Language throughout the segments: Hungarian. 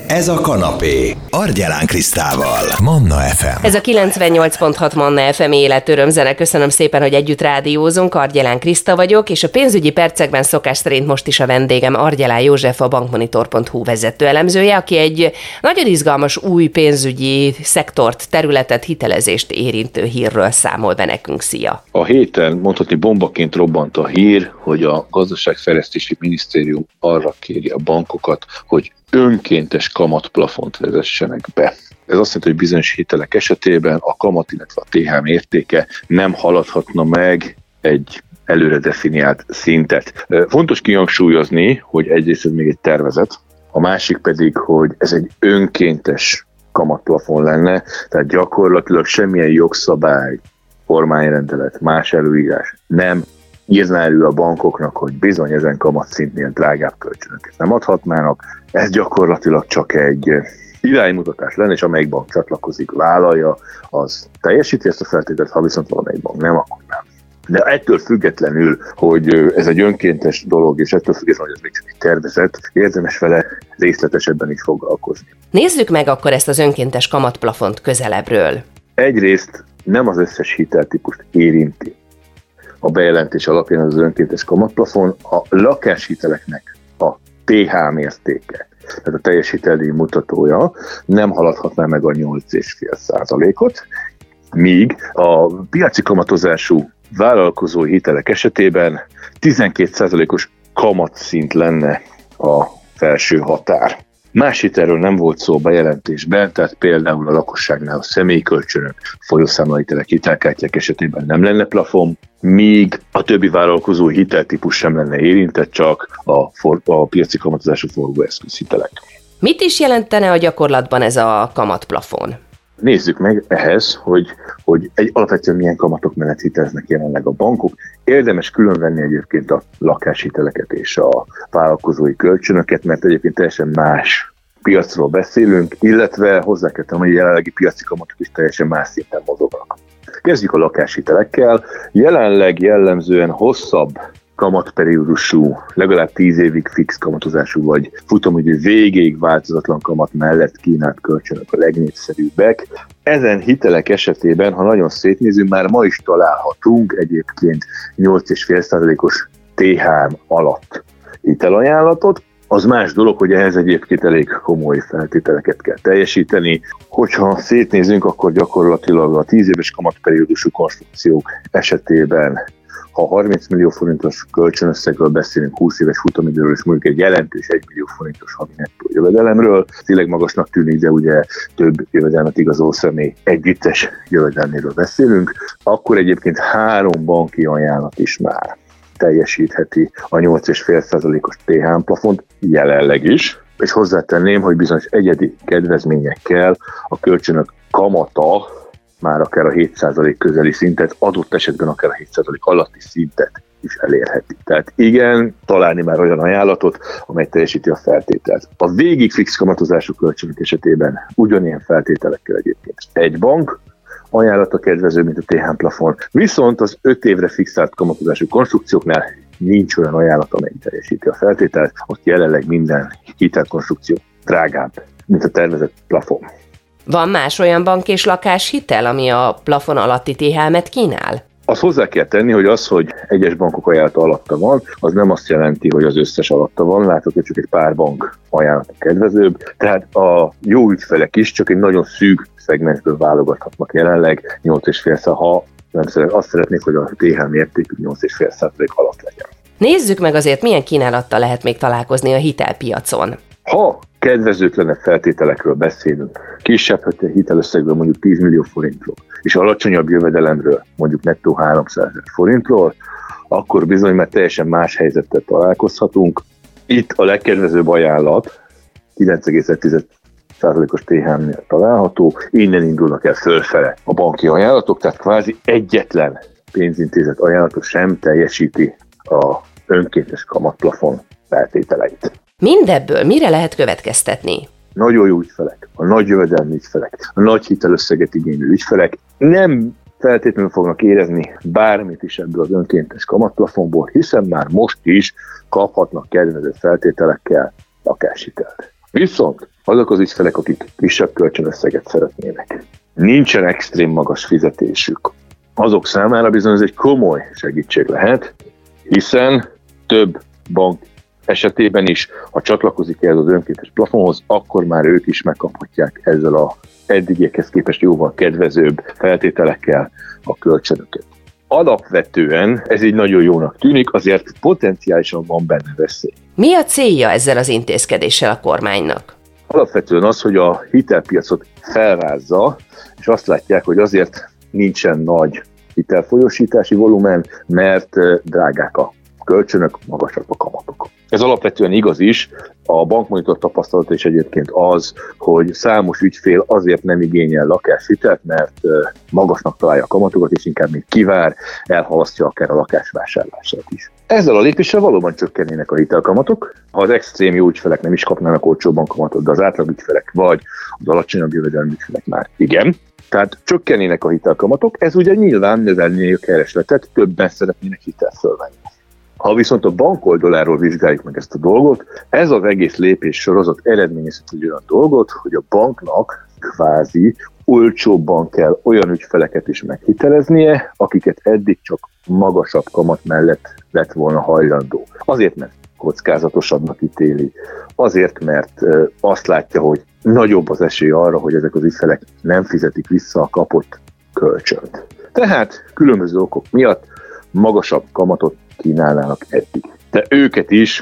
Ez a kanapé. Argyelán Krisztával. Manna FM. Ez a 98.6 Manna FM életörömzene. Köszönöm szépen, hogy együtt rádiózunk. Argyelán Kriszta vagyok, és a pénzügyi percekben szokás szerint most is a vendégem Argyelán József, a bankmonitor.hu vezető elemzője, aki egy nagyon izgalmas új pénzügyi szektort, területet, hitelezést érintő hírről számol be nekünk. Szia! A héten mondhatni bombaként robbant a hír, hogy a Gazdaságfejlesztési Minisztérium arra kéri a bankokat, hogy önkéntes kamatplafont vezessenek be. Ez azt jelenti, hogy bizonyos hitelek esetében a kamat, illetve a THM értéke nem haladhatna meg egy előre definiált szintet. Fontos kihangsúlyozni, hogy egyrészt ez még egy tervezet, a másik pedig, hogy ez egy önkéntes kamatplafon lenne, tehát gyakorlatilag semmilyen jogszabály, kormányrendelet, más előírás nem írná elő a bankoknak, hogy bizony ezen kamatszintnél drágább kölcsönöket nem adhatnának. Ez gyakorlatilag csak egy iránymutatás lenne, és amelyik bank csatlakozik, vállalja, az teljesíti ezt a feltételt, ha viszont valamelyik bank nem, akkor nem. De ettől függetlenül, hogy ez egy önkéntes dolog, és ettől függetlenül, hogy ez még csak egy tervezet, érdemes vele részletesebben is foglalkozni. Nézzük meg akkor ezt az önkéntes kamatplafont közelebbről. Egyrészt nem az összes hiteltípust érinti a bejelentés alapján az önkéntes kamatplafon, a lakáshiteleknek a THM értéke, tehát a teljes hiteldíj mutatója nem haladhatná meg a 8,5%-ot, míg a piaci kamatozású vállalkozói hitelek esetében 12%-os kamatszint lenne a felső határ. Más hitelről nem volt szó a bejelentésben, tehát például a lakosságnál a személyi kölcsönök, folyószámlahitelek, hitelkártyák esetében nem lenne plafon, míg a többi vállalkozó hiteltípus sem lenne érintett, csak a piaci kamatozású forgóeszközhitelek. Mit is jelentene a gyakorlatban ez a kamatplafon? Nézzük meg ehhez, hogy alapvetően milyen kamatok mellett hiteleznek jelenleg a bankok. Érdemes különvenni egyébként a lakáshiteleket és a vállalkozói kölcsönöket, mert egyébként teljesen más piacról beszélünk, illetve hozzá kell tenni, hogy a jelenlegi piaci kamatok is teljesen más szinten mozognak. Kezdjük a lakáshitelekkel. Jelenleg jellemzően hosszabb kamatperiódusú, legalább 10 évig fix kamatozású vagy futamidő végéig változatlan kamat mellett kínált kölcsönök a legnépszerűbbek. Ezen hitelek esetében, ha nagyon szétnézünk, már ma is találhatunk egyébként 8,5%-os THM alatt hitelajánlatot. Az más dolog, hogy ehhez egyébként elég komoly feltételeket kell teljesíteni. Hogyha szétnézünk, akkor gyakorlatilag a 10 éves kamatperiódusú konstrukciók esetében, ha 30 millió forintos kölcsönösszegről beszélünk, 20 éves futamidőről, és mondjuk egy jelentős 1 millió forintos havi nettó jövedelemről, tényleg magasnak tűnik, de ugye több jövedelmet igazoló személy együttes jövedelméről beszélünk, akkor egyébként 3 banki ajánlat is már teljesítheti a 8,5%-os THM plafont jelenleg is, és hozzátenném, hogy bizonyos egyedi kedvezményekkel a kölcsönök kamata már akár a 7% közeli szintet, adott esetben akár a 7% alatti szintet is elérheti. Tehát igen, találni már olyan ajánlatot, amely teljesíti a feltételt. A végig fix kamatozású kölcsönök esetében ugyanilyen feltételekkel egyébként egy bank ajánlata kedvező, mint a THM plafon. Viszont az 5 évre fixált kamatozású konstrukcióknál nincs olyan ajánlat, amely teljesíti a feltételt, ott jelenleg minden hitelkonstrukció drágább, mint a tervezett plafon. Van más olyan bank és lakáshitel, ami a plafon alatti THM-et kínál? Azt hozzá kell tenni, hogy az, hogy egyes bankok ajánlata alatta van, az nem azt jelenti, hogy az összes alatta van. Látod, hogy csak egy pár bank ajánlata kedvezőbb. Tehát a jó ügyfelek is csak egy nagyon szűk szegmensből válogathatnak jelenleg 8,5%, ha nem azt szeretnék, hogy a THM értékű 8,5% alatt legyen. Nézzük meg azért, milyen kínálattal lehet még találkozni a hitelpiacon. Ha kedvezőtlenebb feltételekről beszélünk, kisebb hitelösszegről, mondjuk 10 millió forintról, és alacsonyabb jövedelemről, mondjuk nettó 300 000 forintról, akkor bizony már teljesen más helyzettel találkozhatunk. Itt a legkedvezőbb ajánlat 9,1%-os THM-nél található, innen indulnak el fölfele a banki ajánlatok, tehát kvázi egyetlen pénzintézet ajánlata sem teljesíti a önkéntes kamatplafon feltételeit. Mindebből mire lehet következtetni? Nagyon jó ügyfelek, a nagy jövedelmi ügyfelek, a nagy hitelösszeget igénylő ügyfelek nem feltétlenül fognak érezni bármit is ebből az önkéntes kamatplafonból, hiszen már most is kaphatnak kedvező feltételekkel lakáshitelt. Viszont azok az ügyfelek, akik kisebb kölcsönösszeget szeretnének, nincsen extrém magas fizetésük, azok számára bizony ez egy komoly segítség lehet, hiszen több bank esetében is, ha csatlakozik ez az önkéntes plafonhoz, akkor már ők is megkaphatják ezzel a eddigiekhez képest jóval kedvezőbb feltételekkel a kölcsönöket. Alapvetően ez így nagyon jónak tűnik, azért potenciálisan van benne veszély. Mi a célja ezzel az intézkedéssel a kormánynak? Alapvetően az, hogy a hitelpiacot felrázza, és azt látják, hogy azért nincsen nagy hitelfolyósítási volumen, mert drágák a kölcsönök, magasabb a kamatok. Ez alapvetően igaz is, a bankmonitor tapasztalata is egyébként az, hogy számos ügyfél azért nem igényel lakáshitelt, mert magasnak találja a kamatokat, és inkább még kivár, elhalasztja akár a lakásvásárlását is. Ezzel a lépéssel valóban csökkennének a hitelkamatok, ha az extrém jó ügyfelek nem is kapnának olcsóbban kamatot, de az átlag ügyfelek vagy az alacsonyabb jövedelmű ügyfelek már igen. Tehát csökkennének a hitelkamatok, ez ugye nyilván növelné a keresletet, többen szeretnének hitelt fölvenni. Ha viszont a bank oldaláról vizsgáljuk meg ezt a dolgot, ez az egész lépés sorozat eredményezhet egy olyan dolgot, hogy a banknak kvázi olcsóbban kell olyan ügyfeleket is meghiteleznie, akiket eddig csak magasabb kamat mellett lett volna hajlandó. Azért, mert kockázatosabbnak ítéli, azért, mert azt látja, hogy nagyobb az esély arra, hogy ezek az ügyfelek nem fizetik vissza a kapott kölcsönt. Tehát különböző okok miatt magasabb kamatot kínálnának eddig. De őket is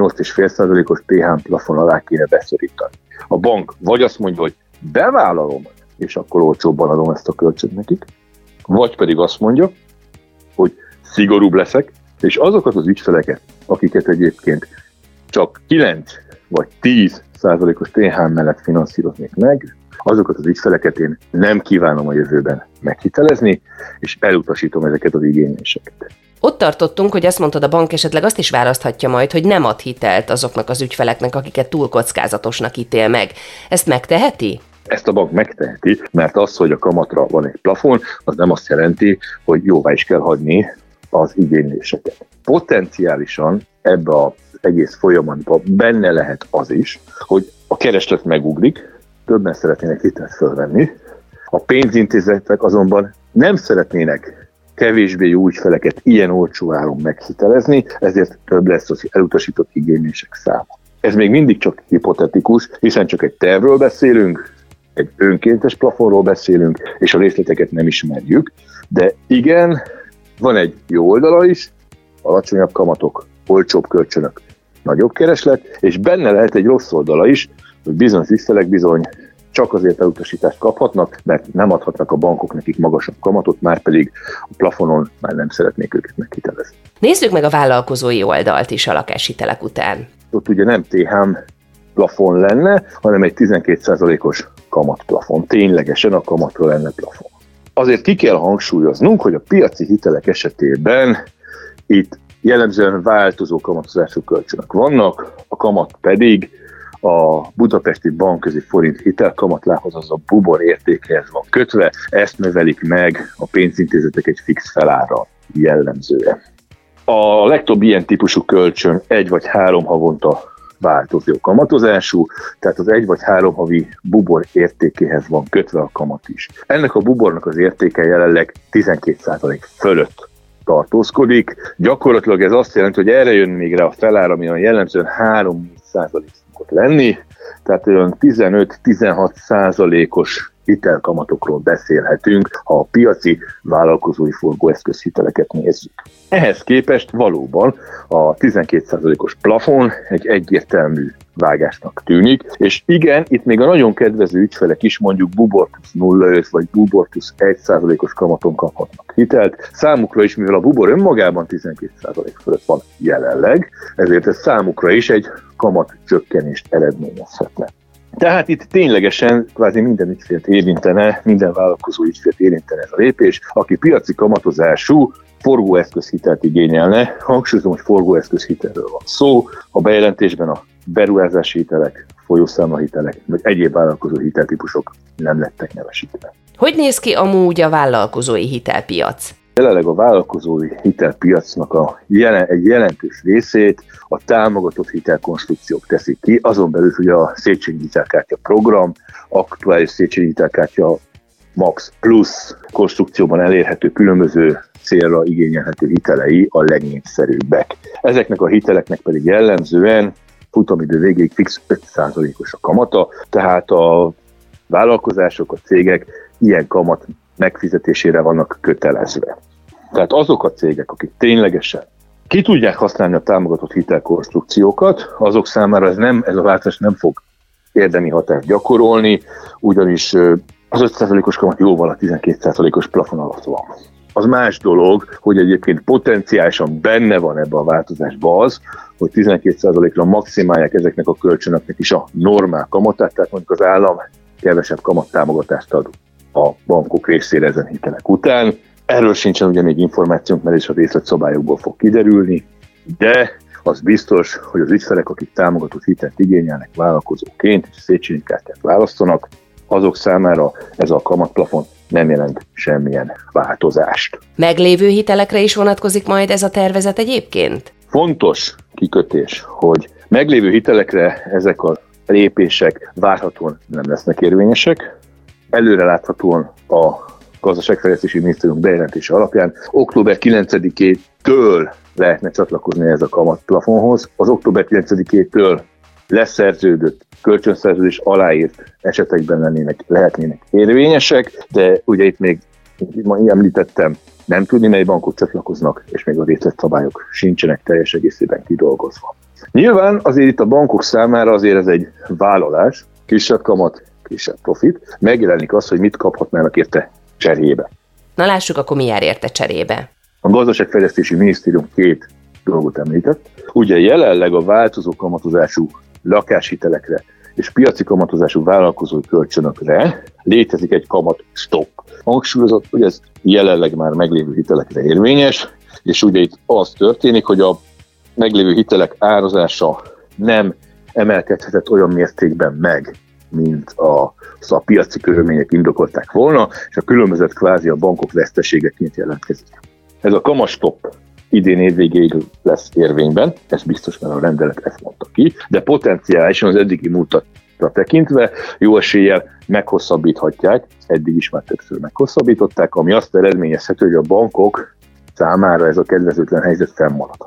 8,5%-os PH plafon alá kéne beszorítani. A bank vagy azt mondja, hogy bevállalom, és akkor olcsóbban adom ezt a kölcsönt nekik, vagy pedig azt mondja, hogy szigorúbb leszek, és azokat az ügyfeleket, akiket egyébként csak 9 vagy 10%-os PH mellett finanszíroznék meg, azokat az ügyfeleket én nem kívánom a jövőben meghitelezni, és elutasítom ezeket az igényléseket. Ott tartottunk, hogy azt mondtad, a bank esetleg azt is választhatja majd, hogy nem ad hitelt azoknak az ügyfeleknek, akiket túl kockázatosnak ítél meg. Ezt megteheti? Ezt a bank megteheti, mert az, hogy a kamatra van egy plafon, az nem azt jelenti, hogy jóvá is kell hagyni az igényléseket. Potenciálisan ebbe az egész folyamatban benne lehet az is, hogy a kereslet megugrik, többen szeretnének hitelt fölvenni, a pénzintézetek azonban nem szeretnének kevésbé jó ügyfeleket ilyen olcsó áron meghitelezni, ezért több lesz az elutasított igénylések száma. Ez még mindig csak hipotetikus, hiszen csak egy tervről beszélünk, egy önkéntes plafonról beszélünk, és a részleteket nem ismerjük, de igen, van egy jó oldala is, alacsonyabb kamatok, olcsóbb kölcsönök, nagyobb kereslet, és benne lehet egy rossz oldala is, hogy bizonyos ügyfelek bizony csak azért elutasítást kaphatnak, mert nem adhatnak a bankok nekik magasabb kamatot, már pedig a plafonon már nem szeretnék őket meghitelezni. Nézzük meg a vállalkozói oldalt is a lakáshitelek után. Ott ugye nem THM plafon lenne, hanem egy 12%-os kamatplafon. Ténylegesen a kamatra lenne plafon. Azért ki kell hangsúlyoznunk, hogy a piaci hitelek esetében itt jellemzően változó kamatozású kölcsönök vannak, a kamat pedig a budapesti bankközi forint hitelkamatlához, az a bubor értékehez van kötve, ezt növelik meg a pénzintézetek egy fix felárral jellemzően. A legtöbb ilyen típusú kölcsön 1 vagy 3 havonta változó kamatozású, tehát az 1 vagy 3 havi bubor értékéhez van kötve a kamat is. Ennek a bubornak az értéke jelenleg 12% fölött tartózkodik. Gyakorlatilag ez azt jelenti, hogy erre jön még rá a felár, ami a jellemzően 3-4% szokott lenni, tehát olyan 15-16%-os hitelkamatokról beszélhetünk, ha a piaci vállalkozói forgóeszközhiteleket nézzük. Ehhez képest valóban a 12%-os plafon egy egyértelmű vágásnak tűnik, és igen, itt még a nagyon kedvező ügyfelek is mondjuk bubor plusz 0,5 vagy bubor plusz 1%-os kamaton kaphatnak hitelt. Számukra is, mivel a bubor önmagában 12% fölött van jelenleg, ezért ez számukra is egy kamat csökkenést eredményezhetne. Tehát itt ténylegesen kvázi minden ügyfélt érintene, minden vállalkozó ügyfélt érintene ez a lépés, aki piaci kamatozású forgóeszközhitelt igényelne. Hangsúlyozom, hogy forgóeszközhitelről van szó, a bejelentésben a beruházási hitelek, folyószámlahitelek, vagy egyéb vállalkozó hiteltípusok nem lettek nevesítve. Hogy néz ki amúgy a vállalkozói hitelpiac? Jelenleg a vállalkozói hitelpiacnak egy jelentős részét a támogatott hitelkonstrukciók teszik ki, azon belül, hogy a Széchenyi hitelkártya program, aktuális Széchenyi hitelkártya Max Plus konstrukcióban elérhető különböző célra igényelhető hitelei a legnépszerűbbek. Ezeknek a hiteleknek pedig jellemzően futamidő végéig fix 5%-os a kamata, tehát a vállalkozások, a cégek ilyen kamat megfizetésére vannak kötelezve. Tehát azok a cégek, akik ténylegesen ki tudják használni a támogatott hitelkonstrukciókat, azok számára ez a változás nem fog érdemi hatást gyakorolni, ugyanis az 5%-os kamat jóval a 12%-os plafon alatt van. Az más dolog, hogy egyébként potenciálisan benne van ebbe a változásba az, hogy 12%-ra maximálják ezeknek a kölcsönöknek is a normál kamatát, tehát mondjuk az állam kevesebb kamattámogatást ad a bankok részére ezen hitelek után. Erről sincsen ugye még információnk, mert is a részletszabályokból fog kiderülni, de az biztos, hogy az ügyfelek, akik támogatott hitelt igényelnek vállalkozóként, és Széchenyi kártyát választanak, azok számára ez a kamatplafon nem jelent semmilyen változást. Meglévő hitelekre is vonatkozik majd ez a tervezet egyébként? Fontos kikötés, hogy meglévő hitelekre ezek a lépések várhatóan nem lesznek érvényesek. Előreláthatóan a Gazdaságfejlesztési Minisztérium bejelentése alapján október 9-től lehetne csatlakozni ez a kamatplafonhoz. Az október 9-től leszerződött kölcsönszerződés aláírt esetekben lehetnének érvényesek, de ugye itt még említettem, nem tudni, mely bankok csatlakoznak, és még a részletszabályok sincsenek teljes egészében kidolgozva. Nyilván azért itt a bankok számára azért ez egy vállalás, kisebb kamat, kisebb profit, megjelenik az, hogy mit kaphatnának érte cserébe. Na lássuk, akkor mi jár érte cserébe. A Gazdaságfejlesztési Minisztérium két dolgot említett. Ugye jelenleg a változó kamatozású lakáshitelekre és piaci kamatozású vállalkozói kölcsönökre létezik egy kamat stop. Hangsúlyozott, hogy ez jelenleg már meglévő hitelekre érvényes, és ugye itt az történik, hogy a meglévő hitelek árazása nem emelkedhetett olyan mértékben meg, mint a piaci körülmények indokolták volna, és a különbözet kvázi a bankok veszteségeként jelentkezik. Ez a kamatstop idén évvégéig lesz érvényben, ez biztos, mert a rendelet ezt mondta ki, de potenciálisan az eddigi múltra tekintve jó eséllyel meghosszabbíthatják, eddig is már többször meghosszabbították, ami azt eredményezhető, hogy a bankok számára ez a kedvezőtlen helyzet fennmaradhat.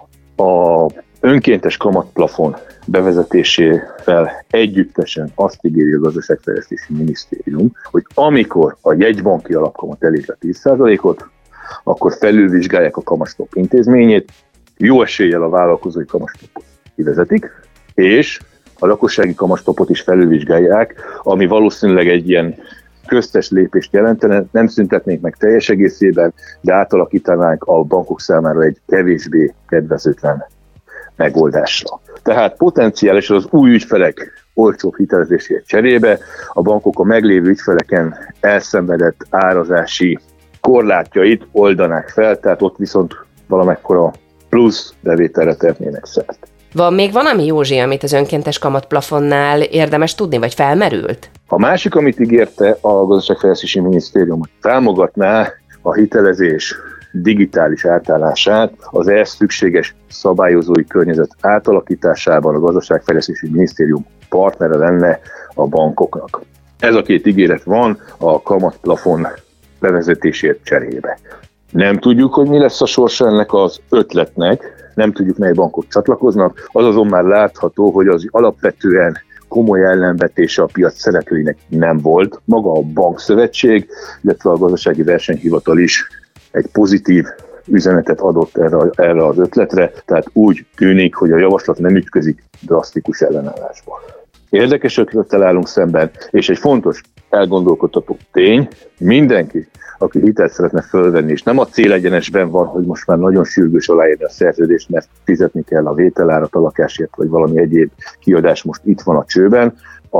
A önkéntes kamatplafon bevezetésével együttesen azt ígéri a Gazdaságfejlesztési Minisztérium, hogy amikor a jegybanki alapkamat eléri a 10%-ot, akkor felülvizsgálják a kamatstop intézményét, jó eséllyel a vállalkozói kamatstopot kivezetik, és a lakossági kamatstopot is felülvizsgálják, ami valószínűleg egy ilyen köztes lépést jelentene, nem szüntetnénk meg teljes egészében, de átalakítanánk a bankok számára egy kevésbé kedvezőtlen megoldásra. Tehát potenciálisan az új ügyfelek olcsóbb hitelezésért cserébe a bankok a meglévő ügyfeleken elszenvedett árazási korlátjait oldanák fel, tehát ott viszont valamekkora plusz bevételre tehetnének szert. Van még valami, Józsi, amit az önkéntes kamatplafonnál érdemes tudni, vagy felmerült? A másik, amit ígérte a Gazdaságfejlesztési Minisztérium, hogy támogatná a hitelezés digitális átállását, az ehhez szükséges szabályozói környezet átalakításában a Gazdaságfejlesztési Minisztérium partnere lenne a bankoknak. Ez a két ígéret van a kamatplafon bevezetésért cserébe. Nem tudjuk, hogy mi lesz a sorsa ennek az ötletnek, nem tudjuk, mely bankok csatlakoznak, az azon már látható, hogy az alapvetően komoly ellenvetése a piac szereplőinek nem volt. Maga a bankszövetség, illetve a gazdasági versenyhivatal is egy pozitív üzenetet adott erre az ötletre, tehát úgy tűnik, hogy a javaslat nem ütközik drasztikus ellenállásba. Érdekes ötlettel állunk szemben, és egy fontos elgondolkodtató tény, mindenki, aki hitelt szeretne fölvenni, és nem a célegyenesben van, hogy most már nagyon sürgős aláírni a szerződést, mert fizetni kell a vételárat a lakásért, vagy valami egyéb kiadás most itt van a csőben,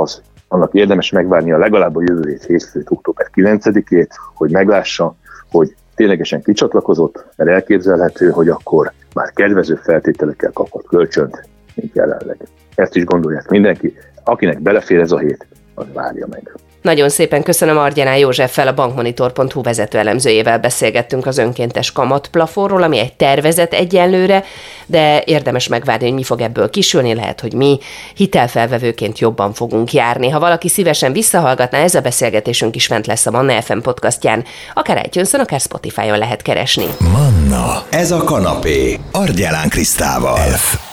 annak érdemes megvárnia legalább a jövő hét hétfőt, október 9-ét, hogy meglássa, hogy ténylegesen kicsatlakozott, mert elképzelhető, hogy akkor már kedvező feltételekkel kaphat kölcsönt, mint jelenleg. Ezt is gondolják mindenki, akinek belefér ez a hét, az várja meg. Nagyon szépen köszönöm, Argyelán Józseffel, a bankmonitor.hu vezető elemzőjével beszélgettünk az önkéntes kamatplafonról, ami egy tervezet egyenlőre, de érdemes megvárni, hogy mi fog ebből kisülni, lehet, hogy mi hitelfelvevőként jobban fogunk járni. Ha valaki szívesen visszahallgatná, ez a beszélgetésünk is fent lesz a Manna FM podcastján, akár iTunes-on, akár Spotify-on lehet keresni. Manna, ez a kanapé, Argyelán Krisztával.